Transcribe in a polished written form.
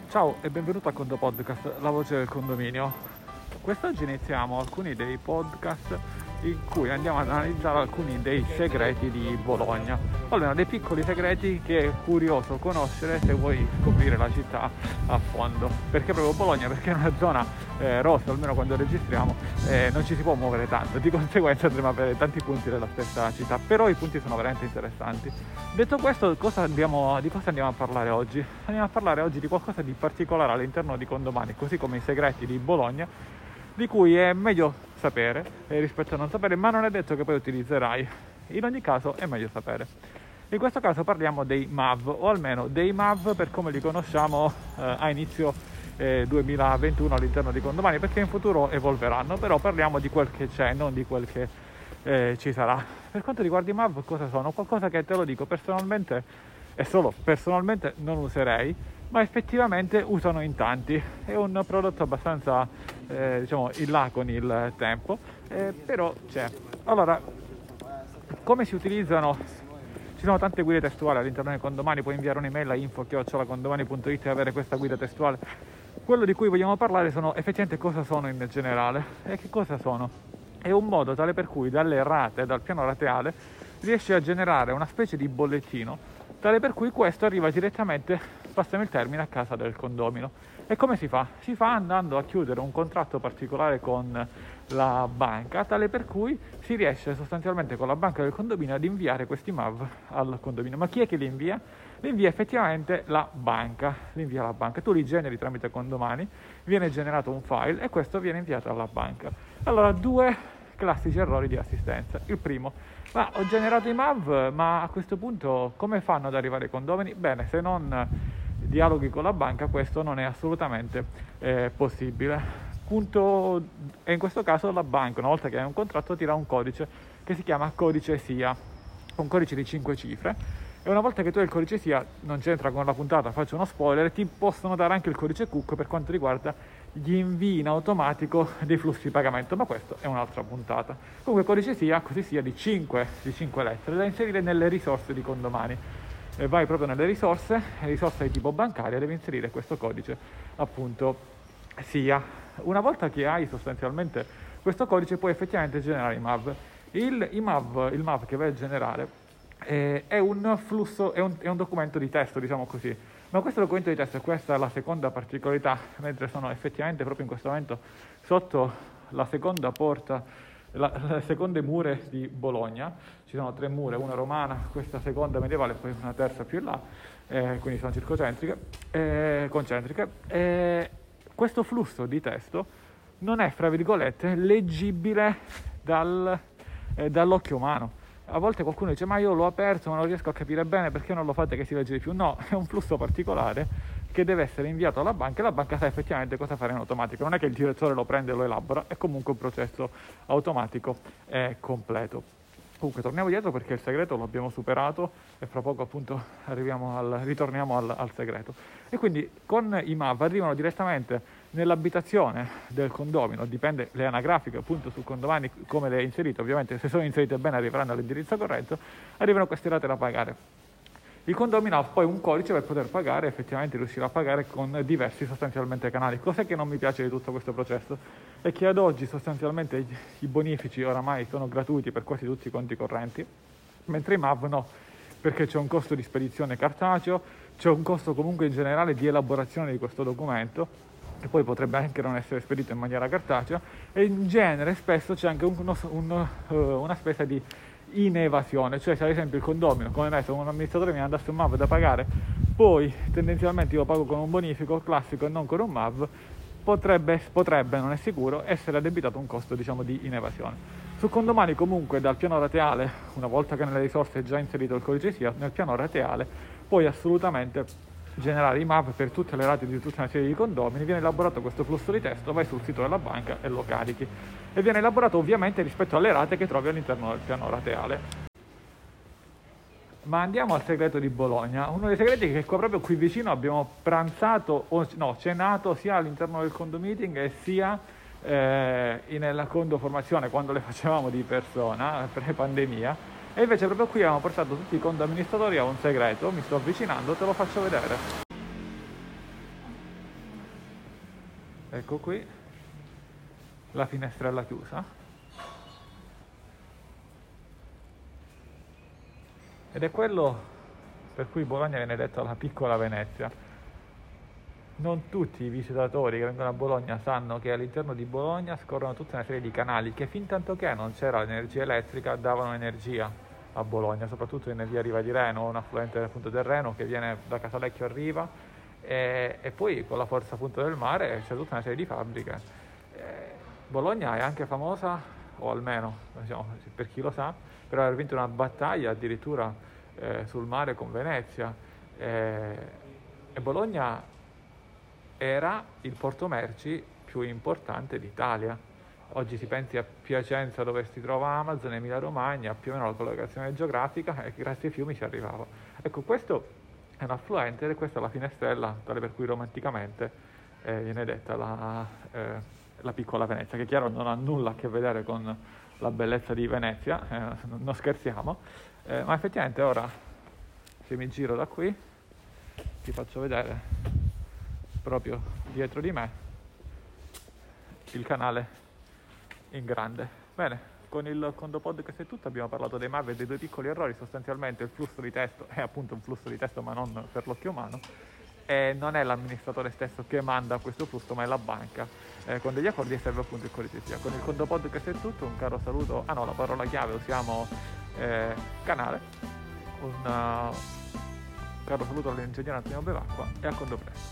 Ciao e benvenuto a Condo Podcast, la voce del condominio. Quest'oggi iniziamo alcuni dei podcast in cui andiamo ad analizzare alcuni dei segreti di Bologna, o almeno dei piccoli segreti che è curioso conoscere se vuoi scoprire la città a fondo. Perché proprio Bologna? Perché è una zona rossa, almeno quando registriamo, non ci si può muovere tanto, di conseguenza andremo a avere tanti punti della stessa città, però i punti sono veramente interessanti. Detto questo, di cosa andiamo a parlare oggi? Andiamo a parlare oggi di qualcosa di particolare all'interno di Condomani, così come i segreti di Bologna, di cui è meglio sapere rispetto a non sapere, ma non è detto che poi utilizzerai. In ogni caso è meglio sapere. In questo caso parliamo dei MAV, o almeno dei MAV per come li conosciamo a inizio 2021 all'interno di Condomani, perché in futuro evolveranno, però parliamo di quel che c'è, non di quel che ci sarà. Per quanto riguarda i MAV, cosa sono? Qualcosa che, te lo dico personalmente, e solo personalmente, non userei, ma effettivamente usano in tanti. È un prodotto abbastanza in là con il tempo, però c'è. Allora, come si utilizzano? Ci sono tante guide testuali all'interno di Condomani, puoi inviare un'email a info@condomani.it e avere questa guida testuale. Quello di cui vogliamo parlare sono effettivamente cosa sono in generale. E che cosa sono? È un modo tale per cui dalle rate, dal piano rateale, riesci a generare una specie di bollettino tale per cui questo arriva direttamente, passami il termine, a casa del condomino. E come si fa? Si fa andando a chiudere un contratto particolare con la banca, tale per cui si riesce sostanzialmente con la banca del condominio ad inviare questi MAV al condominio. Ma chi è che li invia? Li invia effettivamente la banca. Tu li generi tramite Condomani, viene generato un file e questo viene inviato alla banca. Allora, due classici errori di assistenza. Il primo: ma ho generato i MAV, ma a questo punto come fanno ad arrivare ai condomini? Bene, se non dialoghi con la banca, questo non è assolutamente possibile. E in questo caso la banca, una volta che hai un contratto, ti dà un codice che si chiama codice SIA, un codice di 5 cifre. E una volta che tu hai il codice SIA, non c'entra con la puntata, faccio uno spoiler, ti possono dare anche il codice COOC per quanto riguarda gli invii in automatico dei flussi di pagamento, ma questo è un'altra puntata. Comunque codice SIA, così sia, di 5 lettere da inserire nelle risorse di Condomani. E vai proprio nelle risorse di tipo bancaria, devi inserire questo codice appunto SIA. Una volta che hai sostanzialmente questo codice, puoi effettivamente generare i MAV. Il MAV che vai a generare è un flusso, è un documento di testo, diciamo così. Ma questo documento di testo, e questa è la seconda particolarità, mentre sono effettivamente proprio in questo momento sotto la seconda porta, le seconde mure di Bologna. Ci sono 3 mure, una romana, questa seconda medievale e poi una terza più in là, quindi sono concentriche. Questo flusso di testo non è, fra virgolette, leggibile dall'occhio umano. A volte qualcuno dice: ma io l'ho aperto ma non riesco a capire bene, perché non lo fate che si legge di più? No, è un flusso particolare che deve essere inviato alla banca e la banca sa effettivamente cosa fare in automatico. Non è che il direttore lo prende e lo elabora, è comunque un processo automatico e completo. Comunque torniamo dietro, perché il segreto lo abbiamo superato e fra poco appunto ritorniamo al segreto. E quindi con i MAV arrivano direttamente nell'abitazione del condomino, dipende le anagrafiche appunto su Condomani come le hai inserite, ovviamente se sono inserite bene arriveranno all'indirizzo corretto, arrivano queste rate da pagare. Il condomino ha poi un codice per poter pagare, effettivamente riuscirà a pagare con diversi sostanzialmente canali. Cos'è che non mi piace di tutto questo processo? È che ad oggi sostanzialmente i bonifici oramai sono gratuiti per quasi tutti i conti correnti, mentre i MAV no, perché c'è un costo di spedizione cartaceo, c'è un costo comunque in generale di elaborazione di questo documento, che poi potrebbe anche non essere spedito in maniera cartacea, e in genere spesso c'è anche una spesa di inevasione, cioè se ad esempio il condomino, come me, se un amministratore mi mandasse un MAV da pagare, poi tendenzialmente io lo pago con un bonifico classico e non con un MAV, potrebbe, non è sicuro, essere addebitato un costo, diciamo, di inevasione. Su Condomani comunque dal piano rateale, una volta che nelle risorse è già inserito il codice SIA, nel piano rateale puoi assolutamente generare i MAV per tutte le rate di tutta una serie di condomini. Viene elaborato questo flusso di testo, vai sul sito della banca e lo carichi, e viene elaborato ovviamente rispetto alle rate che trovi all'interno del piano rateale. Ma andiamo al segreto di Bologna, uno dei segreti che proprio qui vicino abbiamo cenato sia all'interno del condo meeting e sia nella condo formazione, quando le facevamo di persona pre-pandemia. E invece proprio qui abbiamo portato tutti i condo amministratori a un segreto. Mi sto avvicinando, te lo faccio vedere. Ecco qui la finestrella chiusa, ed è quello per cui Bologna viene detta la piccola Venezia. Non tutti i visitatori che vengono a Bologna sanno che all'interno di Bologna scorrono tutta una serie di canali che, fin tanto che non c'era l'energia elettrica, davano energia a Bologna, soprattutto in via Riva di Reno, un affluente appunto del Reno che viene da Casalecchio a Riva, e poi con la forza appunto del mare c'è tutta una serie di fabbriche. Bologna è anche famosa, o almeno diciamo, per chi lo sa, per aver vinto una battaglia addirittura sul mare con Venezia, e Bologna era il porto merci più importante d'Italia. Oggi si pensi a Piacenza, dove si trova Amazon, Emilia Romagna, più o meno la collocazione geografica, e grazie ai fiumi ci arrivava. Ecco, questo è un affluente ed è questa la finestrella, tale per cui romanticamente viene detta la piccola Venezia, che chiaro non ha nulla a che vedere con la bellezza di Venezia, non scherziamo, ma effettivamente ora, se mi giro da qui, ti faccio vedere proprio dietro di me il canale in grande. Bene, con il Condo Podcast è tutto. Abbiamo parlato dei MAV e dei due piccoli errori. Sostanzialmente il flusso di testo è appunto un flusso di testo, ma non per l'occhio umano, e non è l'amministratore stesso che manda questo flusso, ma è la banca con degli accordi, e serve appunto il codice sia. Con il Condo Podcast è tutto. Un caro saluto, la parola chiave usiamo canale, un caro saluto all'ingegnere Antonio Bevacqua, e a Condo presto.